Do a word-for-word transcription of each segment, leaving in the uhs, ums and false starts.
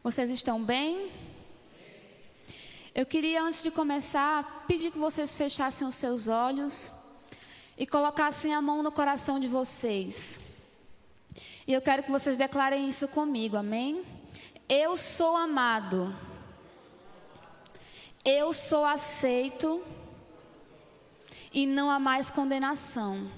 Vocês estão bem? Eu queria, antes de começar, pedir que vocês fechassem os seus olhos e colocassem a mão no coração de vocês. E eu quero que vocês declarem isso comigo, amém? Eu sou amado. Eu sou aceito. E não há mais condenação.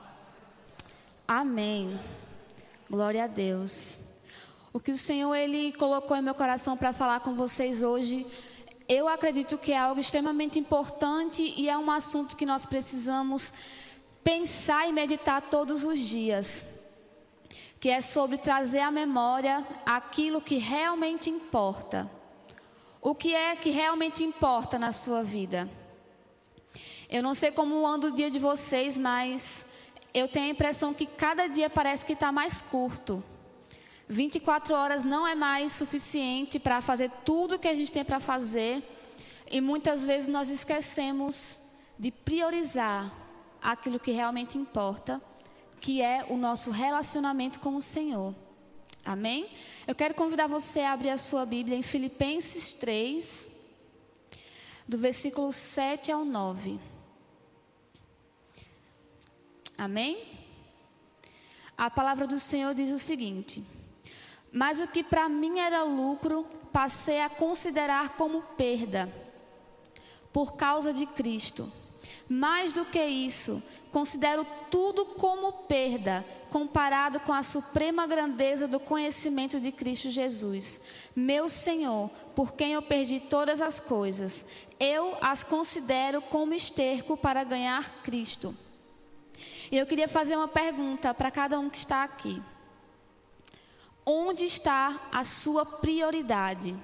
Amém. Glória a Deus. O que o Senhor, Ele colocou em meu coração para falar com vocês hoje, eu acredito que é algo extremamente importante e é um assunto que nós precisamos pensar e meditar todos os dias. Que é sobre trazer à memória aquilo que realmente importa. O que é que realmente importa na sua vida? Eu não sei como anda o dia de vocês, mas eu tenho a impressão que cada dia parece que está mais curto. vinte e quatro horas não é mais suficiente para fazer tudo que a gente tem para fazer. E muitas vezes nós esquecemos de priorizar aquilo que realmente importa, que é o nosso relacionamento com o Senhor. Amém? Eu quero convidar você a abrir a sua Bíblia em Filipenses três, do versículo sete ao nove. Amém? A palavra do Senhor diz o seguinte: mas o que para mim era lucro, passei a considerar como perda, por causa de Cristo. Mais do que isso, considero tudo como perda, comparado com a suprema grandeza do conhecimento de Cristo Jesus, meu Senhor, por quem eu perdi todas as coisas. Eu as considero como esterco para ganhar Cristo. E eu queria fazer uma pergunta para cada um que está aqui. Onde está a sua prioridade?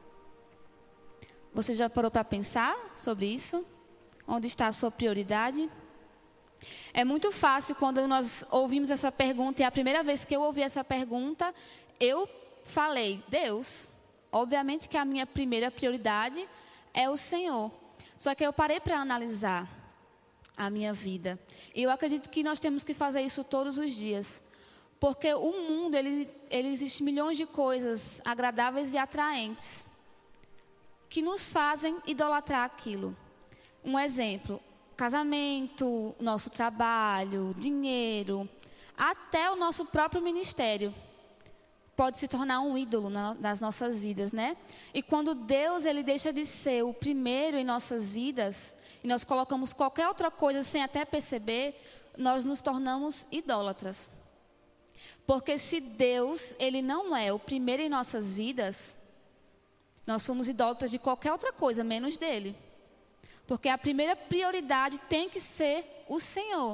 Você já parou para pensar sobre isso? Onde está a sua prioridade? É muito fácil quando nós ouvimos essa pergunta, e a primeira vez que eu ouvi essa pergunta, eu falei, Deus, obviamente que a minha primeira prioridade é o Senhor. Só que eu parei para analisar a minha vida. E eu acredito que nós temos que fazer isso todos os dias. Porque o mundo, ele, ele existe milhões de coisas agradáveis e atraentes que nos fazem idolatrar aquilo. Um exemplo, casamento, nosso trabalho, dinheiro, até o nosso próprio ministério pode se tornar um ídolo na, nas nossas vidas, né? E quando Deus, ele deixa de ser o primeiro em nossas vidas, e nós colocamos qualquer outra coisa sem até perceber, nós nos tornamos idólatras. Porque se Deus, ele não é o primeiro em nossas vidas, nós somos idólatras de qualquer outra coisa, menos dele. Porque a primeira prioridade tem que ser o Senhor.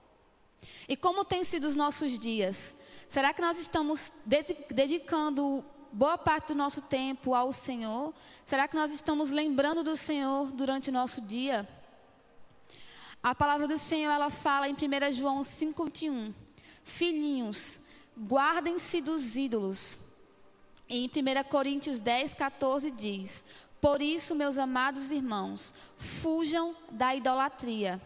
E como tem sido os nossos dias? Será que nós estamos dedicando boa parte do nosso tempo ao Senhor? Será que nós estamos lembrando do Senhor durante o nosso dia? A palavra do Senhor, ela fala em primeira João cinco, vinte e um. Filhinhos, guardem-se dos ídolos. E em primeira Coríntios dez, quatorze diz: por isso, meus amados irmãos, fujam da idolatria.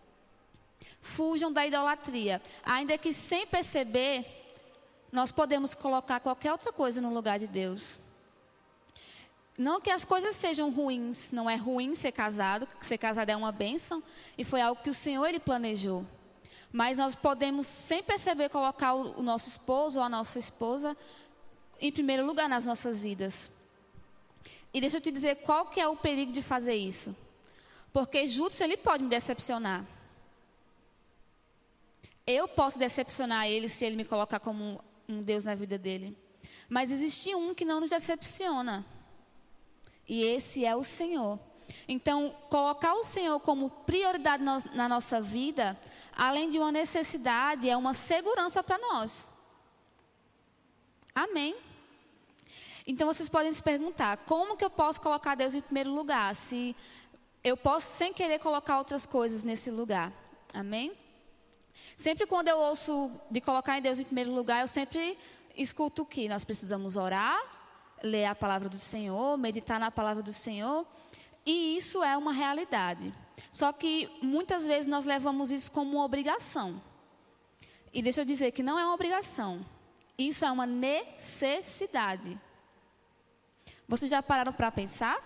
Fujam da idolatria. Ainda que sem perceber, nós podemos colocar qualquer outra coisa no lugar de Deus. Não que as coisas sejam ruins, não é ruim ser casado, ser casado é uma bênção, e foi algo que o Senhor, ele planejou. Mas nós podemos, sem perceber, colocar o nosso esposo ou a nossa esposa em primeiro lugar nas nossas vidas. E deixa eu te dizer qual que é o perigo de fazer isso. Porque Judas, ele pode me decepcionar. Eu posso decepcionar ele se ele me colocar como um Deus na vida dele. Mas existe um que não nos decepciona. E esse é o Senhor. Então, colocar o Senhor como prioridade na nossa vida, além de uma necessidade, é uma segurança para nós. Amém? Então, vocês podem se perguntar, como que eu posso colocar Deus em primeiro lugar? Se eu posso, sem querer, colocar outras coisas nesse lugar. Amém? Sempre quando eu ouço de colocar em Deus em primeiro lugar, eu sempre escuto o que? Nós precisamos orar, ler a palavra do Senhor, meditar na palavra do Senhor. E isso é uma realidade. Só que muitas vezes nós levamos isso como uma obrigação. E deixa eu dizer que não é uma obrigação. Isso é uma necessidade. Vocês já pararam para pensar?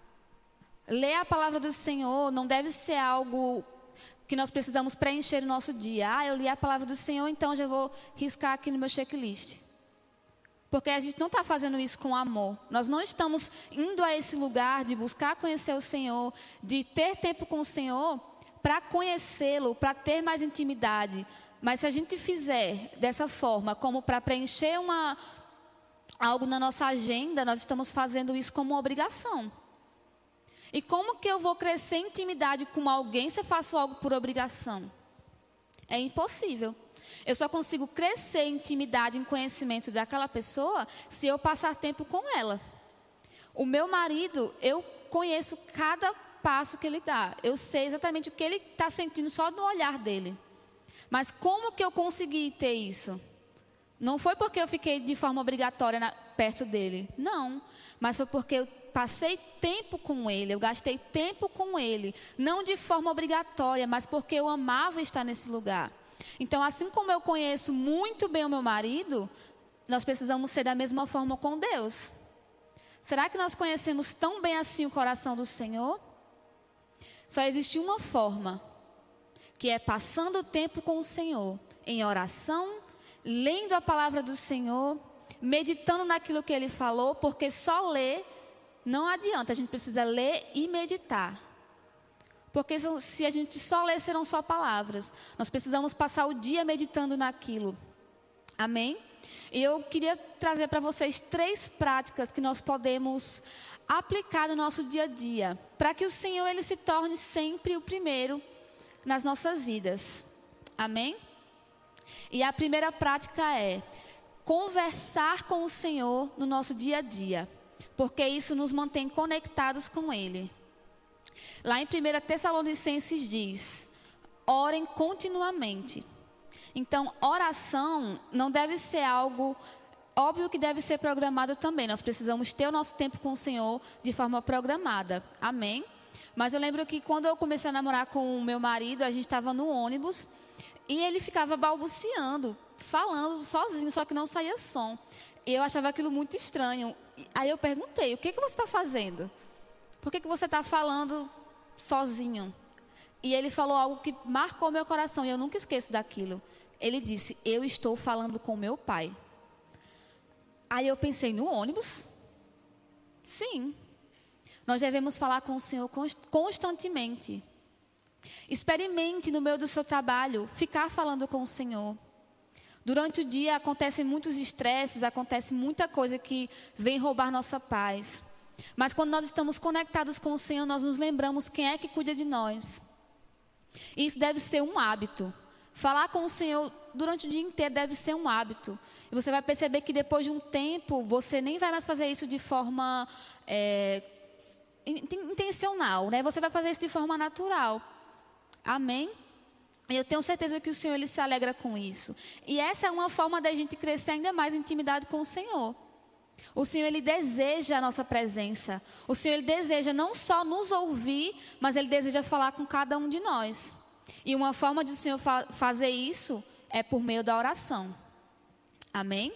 Ler a palavra do Senhor não deve ser algo que nós precisamos preencher o nosso dia. Ah, eu li a palavra do Senhor, então já vou riscar aqui no meu checklist. Porque a gente não está fazendo isso com amor. Nós não estamos indo a esse lugar de buscar conhecer o Senhor, de ter tempo com o Senhor para conhecê-lo, para ter mais intimidade. Mas se a gente fizer dessa forma, como para preencher uma, algo na nossa agenda, nós estamos fazendo isso como uma obrigação. E como que eu vou crescer em intimidade com alguém se eu faço algo por obrigação? É impossível. Eu só consigo crescer em intimidade, em conhecimento daquela pessoa, se eu passar tempo com ela. O meu marido, eu conheço cada passo que ele dá. Eu sei exatamente o que ele está sentindo só no olhar dele. Mas como que eu consegui ter isso? Não foi porque eu fiquei de forma obrigatória na, perto dele. Não. Mas foi porque eu passei tempo com ele, eu gastei tempo com ele. Não de forma obrigatória, mas porque eu amava estar nesse lugar. Então, assim como eu conheço muito bem o meu marido, nós precisamos ser da mesma forma com Deus. Será que nós conhecemos tão bem assim o coração do Senhor? Só existe uma forma, que é passando o tempo com o Senhor, em oração, lendo a palavra do Senhor, meditando naquilo que Ele falou, porque só ler não adianta, a gente precisa ler e meditar. Porque se a gente só ler, serão só palavras. Nós precisamos passar o dia meditando naquilo. Amém? E eu queria trazer para vocês três práticas que nós podemos aplicar no nosso dia a dia, para que o Senhor ele se torne sempre o primeiro nas nossas vidas. Amém? E a primeira prática é conversar com o Senhor no nosso dia a dia, porque isso nos mantém conectados com Ele. Lá em primeira Tessalonicenses diz, orem continuamente. Então, oração não deve ser algo, óbvio que deve ser programado também. Nós precisamos ter o nosso tempo com o Senhor de forma programada. Amém? Mas eu lembro que quando eu comecei a namorar com o meu marido, a gente estava no ônibus e ele ficava balbuciando, falando sozinho, só que não saía som. E eu achava aquilo muito estranho. Aí eu perguntei, o que, que você está fazendo? Por que, que você está falando sozinho? E ele falou algo que marcou meu coração e eu nunca esqueço daquilo. Ele disse, eu estou falando com meu pai. Aí eu pensei, no ônibus? Sim. Nós devemos falar com o Senhor constantemente. Experimente no meio do seu trabalho, ficar falando com o Senhor. Durante o dia acontecem muitos estresses, acontece muita coisa que vem roubar nossa paz. Mas quando nós estamos conectados com o Senhor, nós nos lembramos quem é que cuida de nós. E isso deve ser um hábito. Falar com o Senhor durante o dia inteiro deve ser um hábito. E você vai perceber que depois de um tempo, você nem vai mais fazer isso de forma é, intencional, né? Você vai fazer isso de forma natural. Amém? E eu tenho certeza que o Senhor ele se alegra com isso. E essa é uma forma da gente crescer ainda mais em intimidade com o Senhor. O Senhor ele deseja a nossa presença. O Senhor ele deseja não só nos ouvir, mas Ele deseja falar com cada um de nós. E uma forma de o Senhor fa- fazer isso é por meio da oração. Amém?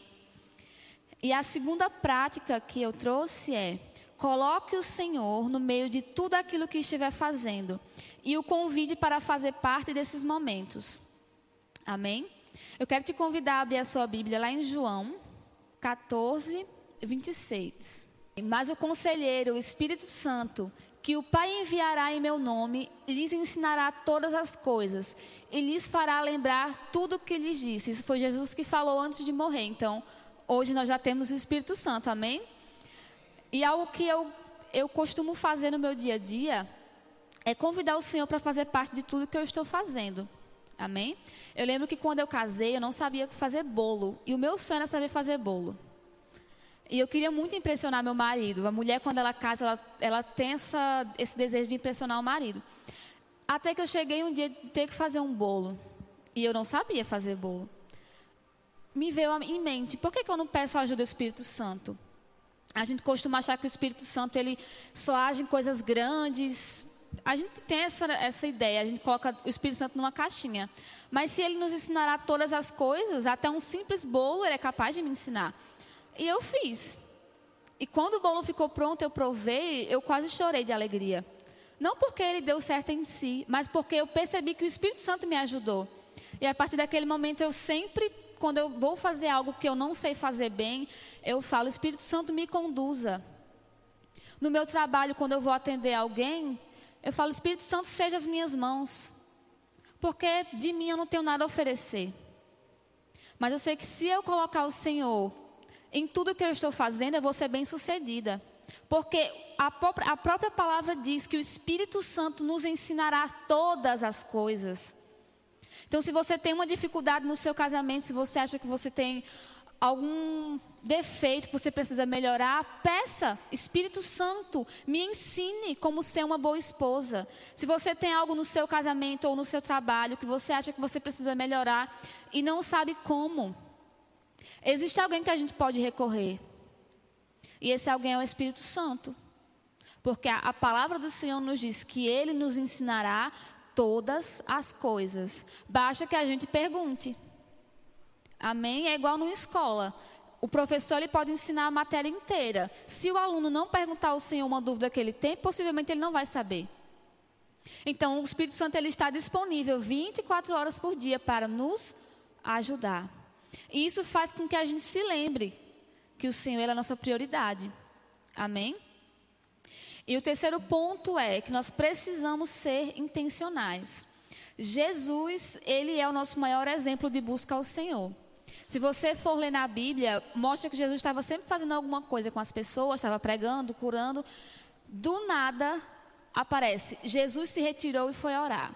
E a segunda prática que eu trouxe é: coloque o Senhor no meio de tudo aquilo que estiver fazendo e o convide para fazer parte desses momentos. Amém? Eu quero te convidar a abrir a sua Bíblia lá em João quatorze, vinte e seis. Mas o conselheiro, o Espírito Santo, que o Pai enviará em meu nome, lhes ensinará todas as coisas e lhes fará lembrar tudo o que lhes disse. Isso foi Jesus que falou antes de morrer. Então, hoje nós já temos o Espírito Santo, amém? E algo que eu, eu costumo fazer no meu dia a dia é convidar o Senhor para fazer parte de tudo que eu estou fazendo. Amém? Eu lembro que quando eu casei, eu não sabia fazer bolo. E o meu sonho era saber fazer bolo. E eu queria muito impressionar meu marido. A mulher, quando ela casa, ela, ela tem essa, esse desejo de impressionar o marido. Até que eu cheguei um dia de ter que fazer um bolo. E eu não sabia fazer bolo. Me veio em mente, por que, que eu não peço a ajuda do Espírito Santo? A gente costuma achar que o Espírito Santo ele só age em coisas grandes. A gente tem essa, essa ideia, a gente coloca o Espírito Santo numa caixinha. Mas se ele nos ensinará todas as coisas, até um simples bolo ele é capaz de me ensinar. E eu fiz. E quando o bolo ficou pronto, eu provei, eu quase chorei de alegria. Não porque ele deu certo em si, mas porque eu percebi que o Espírito Santo me ajudou. E a partir daquele momento eu sempre, quando eu vou fazer algo que eu não sei fazer bem, eu falo, Espírito Santo me conduza. No meu trabalho, quando eu vou atender alguém, eu falo, Espírito Santo, seja as minhas mãos. Porque de mim eu não tenho nada a oferecer. Mas eu sei que se eu colocar o Senhor em tudo que eu estou fazendo, eu vou ser bem sucedida. Porque a própria, a própria palavra diz que o Espírito Santo nos ensinará todas as coisas. Então, se você tem uma dificuldade no seu casamento, se você acha que você tem algum defeito que você precisa melhorar, peça, Espírito Santo, me ensine como ser uma boa esposa. Se você tem algo no seu casamento ou no seu trabalho que você acha que você precisa melhorar e não sabe como, existe alguém que a gente pode recorrer. E esse alguém é o Espírito Santo. Porque a, a palavra do Senhor nos diz que Ele nos ensinará todas as coisas. Basta que a gente pergunte. Amém? É igual numa escola. O professor ele pode ensinar a matéria inteira. Se o aluno não perguntar ao Senhor uma dúvida que ele tem, possivelmente ele não vai saber. Então, o Espírito Santo ele está disponível vinte e quatro horas por dia para nos ajudar. E isso faz com que a gente se lembre que o Senhor é a nossa prioridade. Amém? E o terceiro ponto é que nós precisamos ser intencionais. Jesus, ele é o nosso maior exemplo de busca ao Senhor. Se você for ler na Bíblia, mostra que Jesus estava sempre fazendo alguma coisa com as pessoas, estava pregando, curando. Do nada, aparece, Jesus se retirou e foi orar.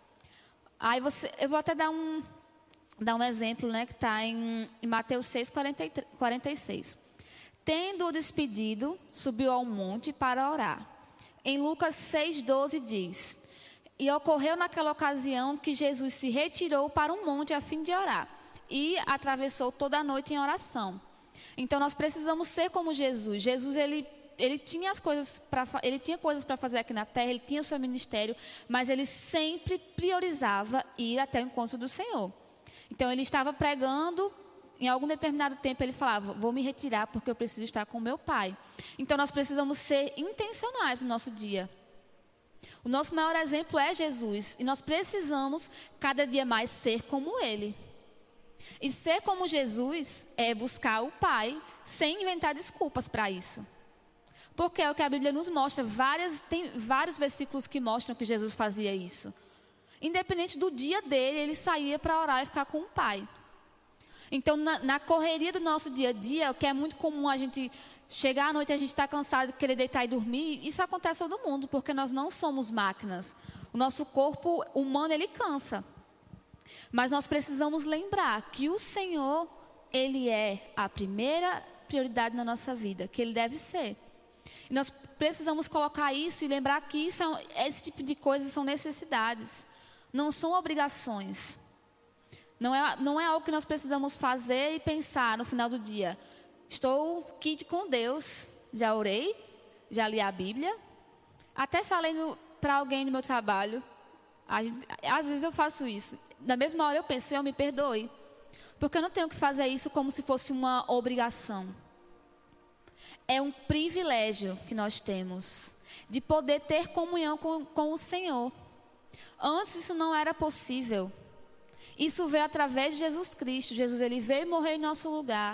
Aí você, eu vou até dar um, dar um exemplo, né, que está em, em Mateus seis, quarenta e seis. Tendo-o despedido, subiu ao monte para orar. Em Lucas seis, doze diz, e ocorreu naquela ocasião que Jesus se retirou para um monte a fim de orar. E atravessou toda a noite em oração. Então nós precisamos ser como Jesus. Jesus ele, ele tinha as coisas para ele tinha coisas para fazer aqui na terra, ele tinha o seu ministério, mas ele sempre priorizava ir até o encontro do Senhor. Então ele estava pregando, em algum determinado tempo ele falava, vou me retirar porque eu preciso estar com meu Pai. Então nós precisamos ser intencionais no nosso dia. O nosso maior exemplo é Jesus e nós precisamos cada dia mais ser como Ele. E ser como Jesus é buscar o Pai sem inventar desculpas para isso. Porque é o que a Bíblia nos mostra. Várias, tem vários versículos que mostram que Jesus fazia isso. Independente do dia dele, ele saía para orar e ficar com o Pai. Então, na, na correria do nosso dia a dia, o que é muito comum a gente chegar à noite e a gente estar cansado, querer deitar e dormir, isso acontece a todo mundo, porque nós não somos máquinas. O nosso corpo humano, ele cansa. Mas nós precisamos lembrar que o Senhor, Ele é a primeira prioridade na nossa vida, que Ele deve ser. E nós precisamos colocar isso e lembrar que isso é, esse tipo de coisas são necessidades, não são obrigações. Não é, não é algo que nós precisamos fazer e pensar no final do dia. Estou kit com Deus, já orei, já li a Bíblia, até falei para alguém no meu trabalho. Gente, às vezes eu faço isso. Na mesma hora eu penso, Senhor, me perdoe. Porque eu não tenho que fazer isso como se fosse uma obrigação. É um privilégio que nós temos de poder ter comunhão com, com o Senhor. Antes isso não era possível. Isso veio através de Jesus Cristo. Jesus ele veio morrer em nosso lugar.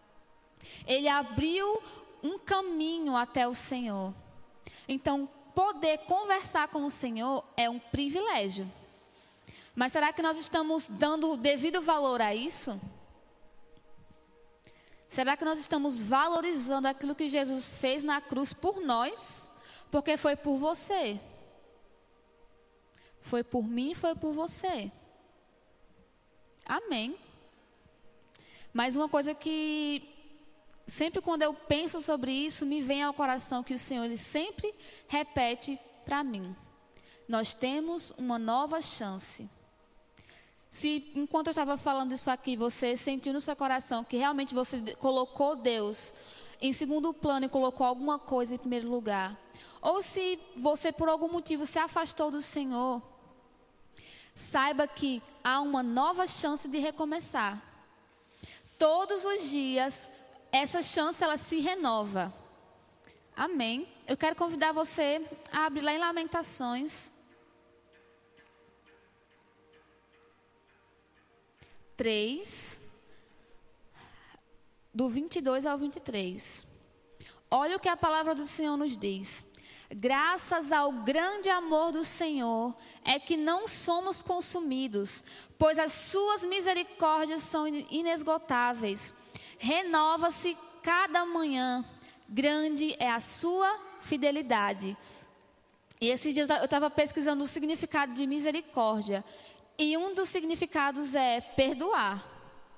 Ele abriu um caminho até o Senhor. Então, poder conversar com o Senhor é um privilégio. Mas será que nós estamos dando o devido valor a isso? Será que nós estamos valorizando aquilo que Jesus fez na cruz por nós? Porque foi por você. Foi por mim e foi por você. Amém. Mas uma coisa que sempre quando eu penso sobre isso, me vem ao coração que o Senhor ele sempre repete para mim. Nós temos uma nova chance. Se enquanto eu estava falando isso aqui, você sentiu no seu coração que realmente você colocou Deus em segundo plano e colocou alguma coisa em primeiro lugar, ou se você por algum motivo se afastou do Senhor, saiba que há uma nova chance de recomeçar. Todos os dias, essa chance ela se renova. Amém. Eu quero convidar você a abrir lá em Lamentações três, do vinte e dois ao vinte e três. Olha o que a palavra do Senhor nos diz. Graças ao grande amor do Senhor é que não somos consumidos, pois as suas misericórdias são inesgotáveis. Renova-se cada manhã, grande é a sua fidelidade. E esses dias eu estava pesquisando o significado de misericórdia, e um dos significados é perdoar.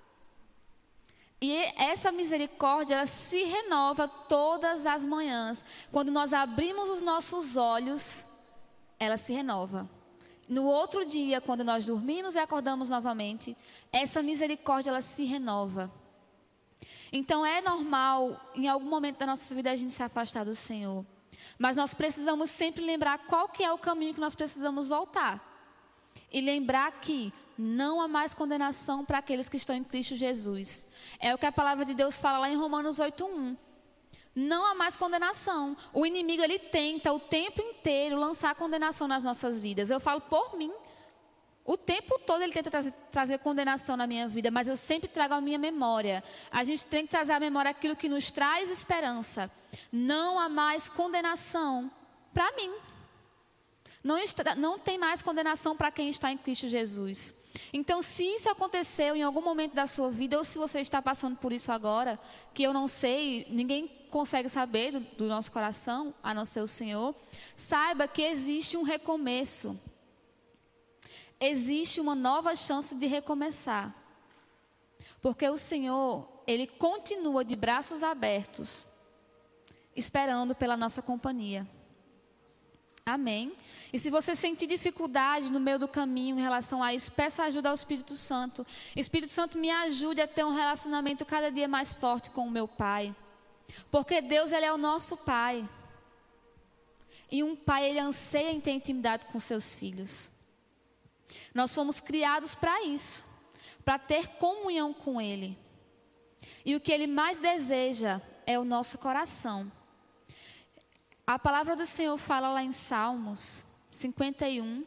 E essa misericórdia, ela se renova todas as manhãs. Quando nós abrimos os nossos olhos, ela se renova. No outro dia, quando nós dormimos e acordamos novamente, essa misericórdia, ela se renova. Então é normal, em algum momento da nossa vida, a gente se afastar do Senhor. Mas nós precisamos sempre lembrar qual que é o caminho que nós precisamos voltar. E lembrar que não há mais condenação para aqueles que estão em Cristo Jesus. É o que a palavra de Deus fala lá em Romanos oito, um. Não há mais condenação. O inimigo, ele tenta o tempo inteiro lançar condenação nas nossas vidas. Eu falo por mim. O tempo todo ele tenta trazer, trazer condenação na minha vida, mas eu sempre trago a minha memória. A gente tem que trazer à memória aquilo que nos traz esperança. Não há mais condenação para mim. Não, está, não tem mais condenação para quem está em Cristo Jesus. Então, se isso aconteceu em algum momento da sua vida, ou se você está passando por isso agora, que eu não sei, ninguém consegue saber do, do nosso coração, a não ser o Senhor, saiba que existe um recomeço. Existe uma nova chance de recomeçar. Porque o Senhor, Ele continua de braços abertos, esperando pela nossa companhia. Amém? E se você sentir dificuldade no meio do caminho em relação a isso, peça ajuda ao Espírito Santo. Espírito Santo, me ajude a ter um relacionamento cada dia mais forte com o meu Pai. Porque Deus, Ele é o nosso Pai. E um pai, ele anseia em ter intimidade com seus filhos. Nós fomos criados para isso, para ter comunhão com Ele. E o que Ele mais deseja é o nosso coração. A palavra do Senhor fala lá em Salmos cinquenta e um,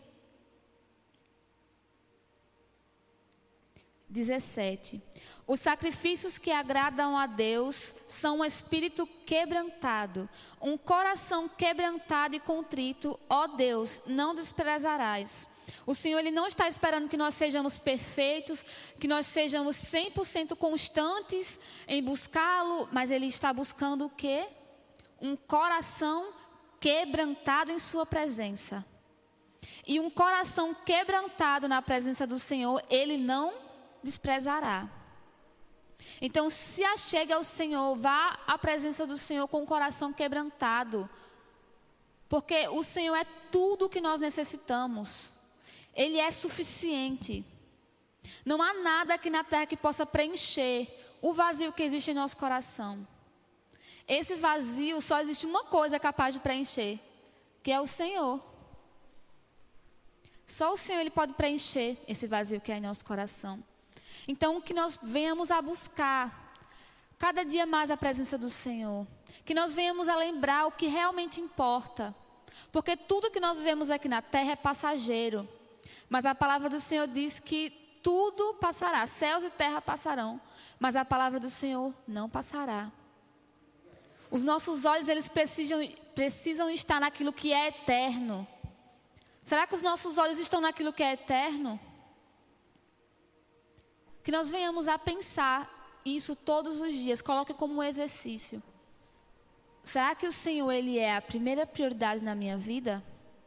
dezessete. Os sacrifícios que agradam a Deus são um espírito quebrantado, um coração quebrantado e contrito, ó Deus, não desprezarás. O Senhor, Ele não está esperando que nós sejamos perfeitos, que nós sejamos cem por cento constantes em buscá-lo, mas Ele está buscando o quê? Um coração quebrantado em sua presença. E um coração quebrantado na presença do Senhor, Ele não desprezará. Então, se achegue ao Senhor, vá à presença do Senhor com o coração quebrantado. Porque o Senhor é tudo o que nós necessitamos. Ele é suficiente. Não há nada aqui na terra que possa preencher o vazio que existe em nosso coração. Esse vazio, só existe uma coisa capaz de preencher, que é o Senhor. Só o Senhor, Ele pode preencher esse vazio que é em nosso coração. Então, que nós venhamos a buscar cada dia mais a presença do Senhor. Que nós venhamos a lembrar o que realmente importa. Porque tudo que nós vivemos aqui na terra é passageiro. Mas a palavra do Senhor diz que tudo passará, céus e terra passarão, mas a palavra do Senhor não passará. Os nossos olhos, eles precisam, precisam estar naquilo que é eterno. Será que os nossos olhos estão naquilo que é eterno? Que nós venhamos a pensar isso todos os dias, coloque como um exercício. Será que o Senhor, Ele é a primeira prioridade na minha vida?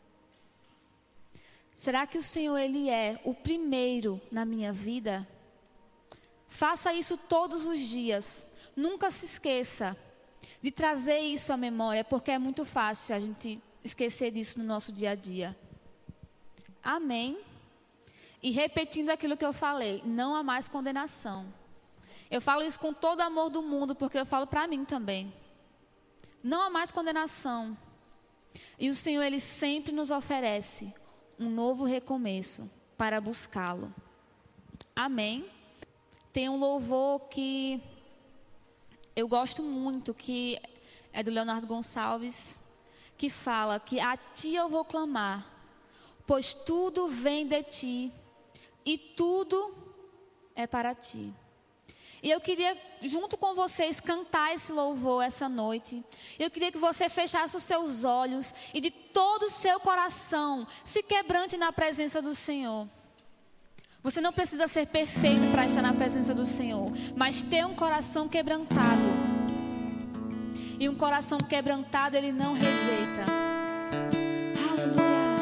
Será que o Senhor, Ele é o primeiro na minha vida? Faça isso todos os dias. Nunca se esqueça de trazer isso à memória, porque é muito fácil a gente esquecer disso no nosso dia a dia. Amém? E repetindo aquilo que eu falei, não há mais condenação. Eu falo isso com todo o amor do mundo, porque eu falo para mim também. Não há mais condenação. E o Senhor, Ele sempre nos oferece um novo recomeço para buscá-lo. Amém? Tem um louvor que eu gosto muito, que é do Leonardo Gonçalves, que fala que a ti eu vou clamar, pois tudo vem de ti e tudo é para ti. E eu queria, junto com vocês, cantar esse louvor essa noite. Eu queria que você fechasse os seus olhos e de todo o seu coração se quebrante na presença do Senhor. Você não precisa ser perfeito para estar na presença do Senhor, mas ter um coração quebrantado. E um coração quebrantado Ele não rejeita. Aleluia.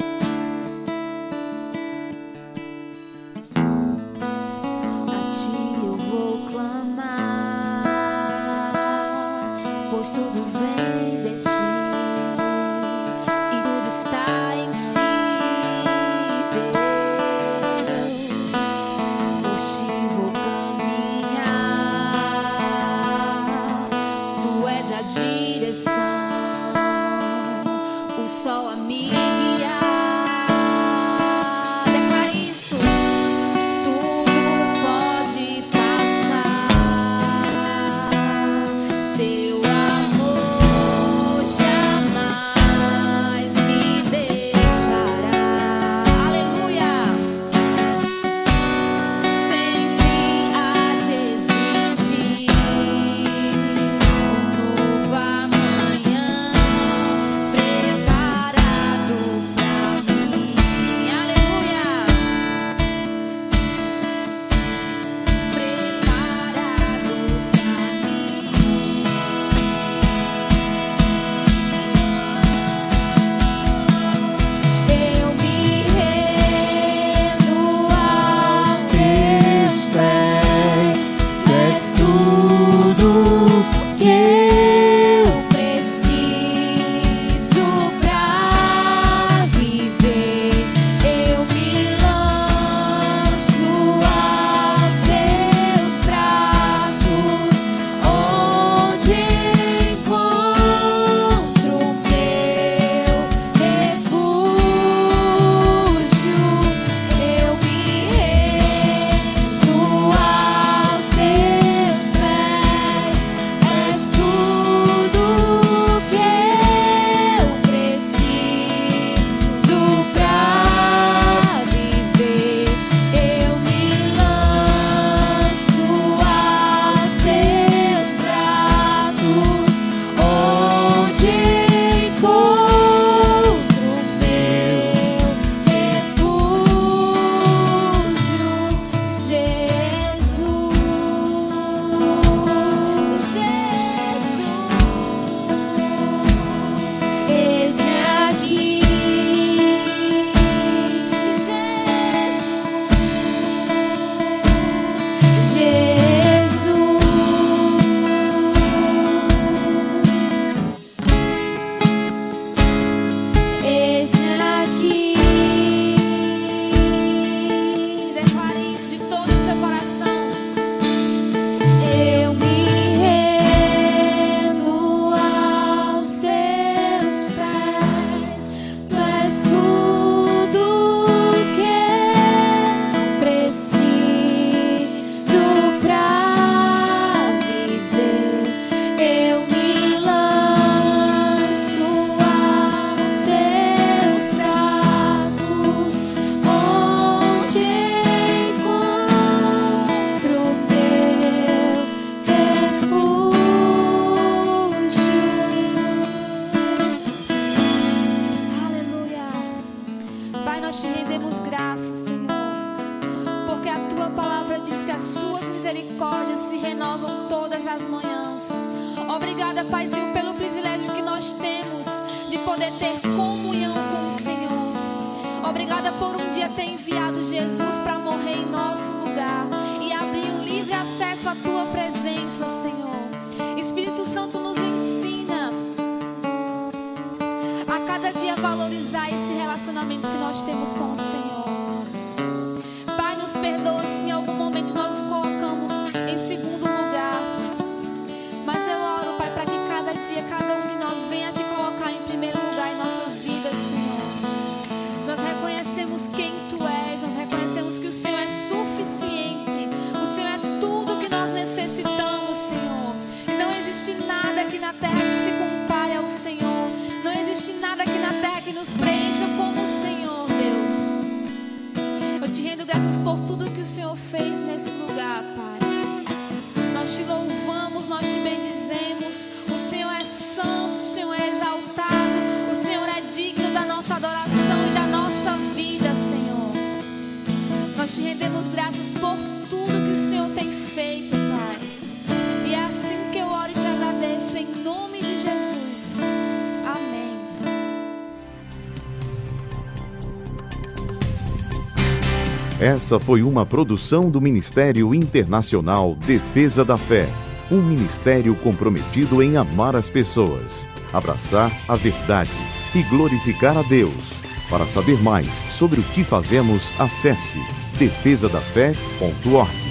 A ti eu vou clamar, pois tudo vem de ti e tudo está em ti, Deus. Por ti vou caminhar, tu és a direção, o sol a me guiar. Declare isso. Tudo pode passar, teu amor jamais me deixará. Aleluia. Sempre há de existir um novo amanhã preparado pra mim. Aleluia. Preparado pra mim. Eu me rendo aos teus pés, tu és tudo que eu preciso pra viver. Eu me lanço aos teus braços, onde encontro o meu refúgio. Eu me rendo aos teus pés, és tudo que eu preciso pra viver. Eu me lanço aos teus braços, onde encontro o meu refúgio, Jesus, Jesus, eis-me aqui, Jesus, Jesus, eis-me aqui. Declare isso de todo o seu coração. Eu me rendo aos teus pés, tu és tudo que eu preciso pra viver. Eu me lanço aos teus braços, onde encontro o meu refúgio. Aleluia. Pai, nós te rendemos graças, Senhor, porque a tua palavra diz que as suas misericórdias se renovam todas as manhãs. Obrigada, Paizinho, pelo privilégio que nós temos de poder ter comunhão com o Senhor. Obrigada por um dia ter enviado Jesus para morrer em nosso lugar e abrir um livre acesso à tua presença, Senhor. Espírito Santo, nos ensina a cada dia valorizar esse relacionamento que nós temos com o Senhor. Pai, nos perdoa se em algum momento nós nos colocamos em segundo lugar. Mas eu oro, Pai, para que cada dia, cada um de nós venha te colocar em primeiro lugar em nossas vidas, Senhor. Nós reconhecemos quem Tu és, nós reconhecemos que o Senhor é suficiente. O Senhor é tudo que nós necessitamos, Senhor. E não existe nada aqui na terra que se Essa foi uma produção do Ministério Internacional Defesa da Fé, um ministério comprometido em amar as pessoas, abraçar a verdade e glorificar a Deus. Para saber mais sobre o que fazemos, acesse defesa da fé ponto org.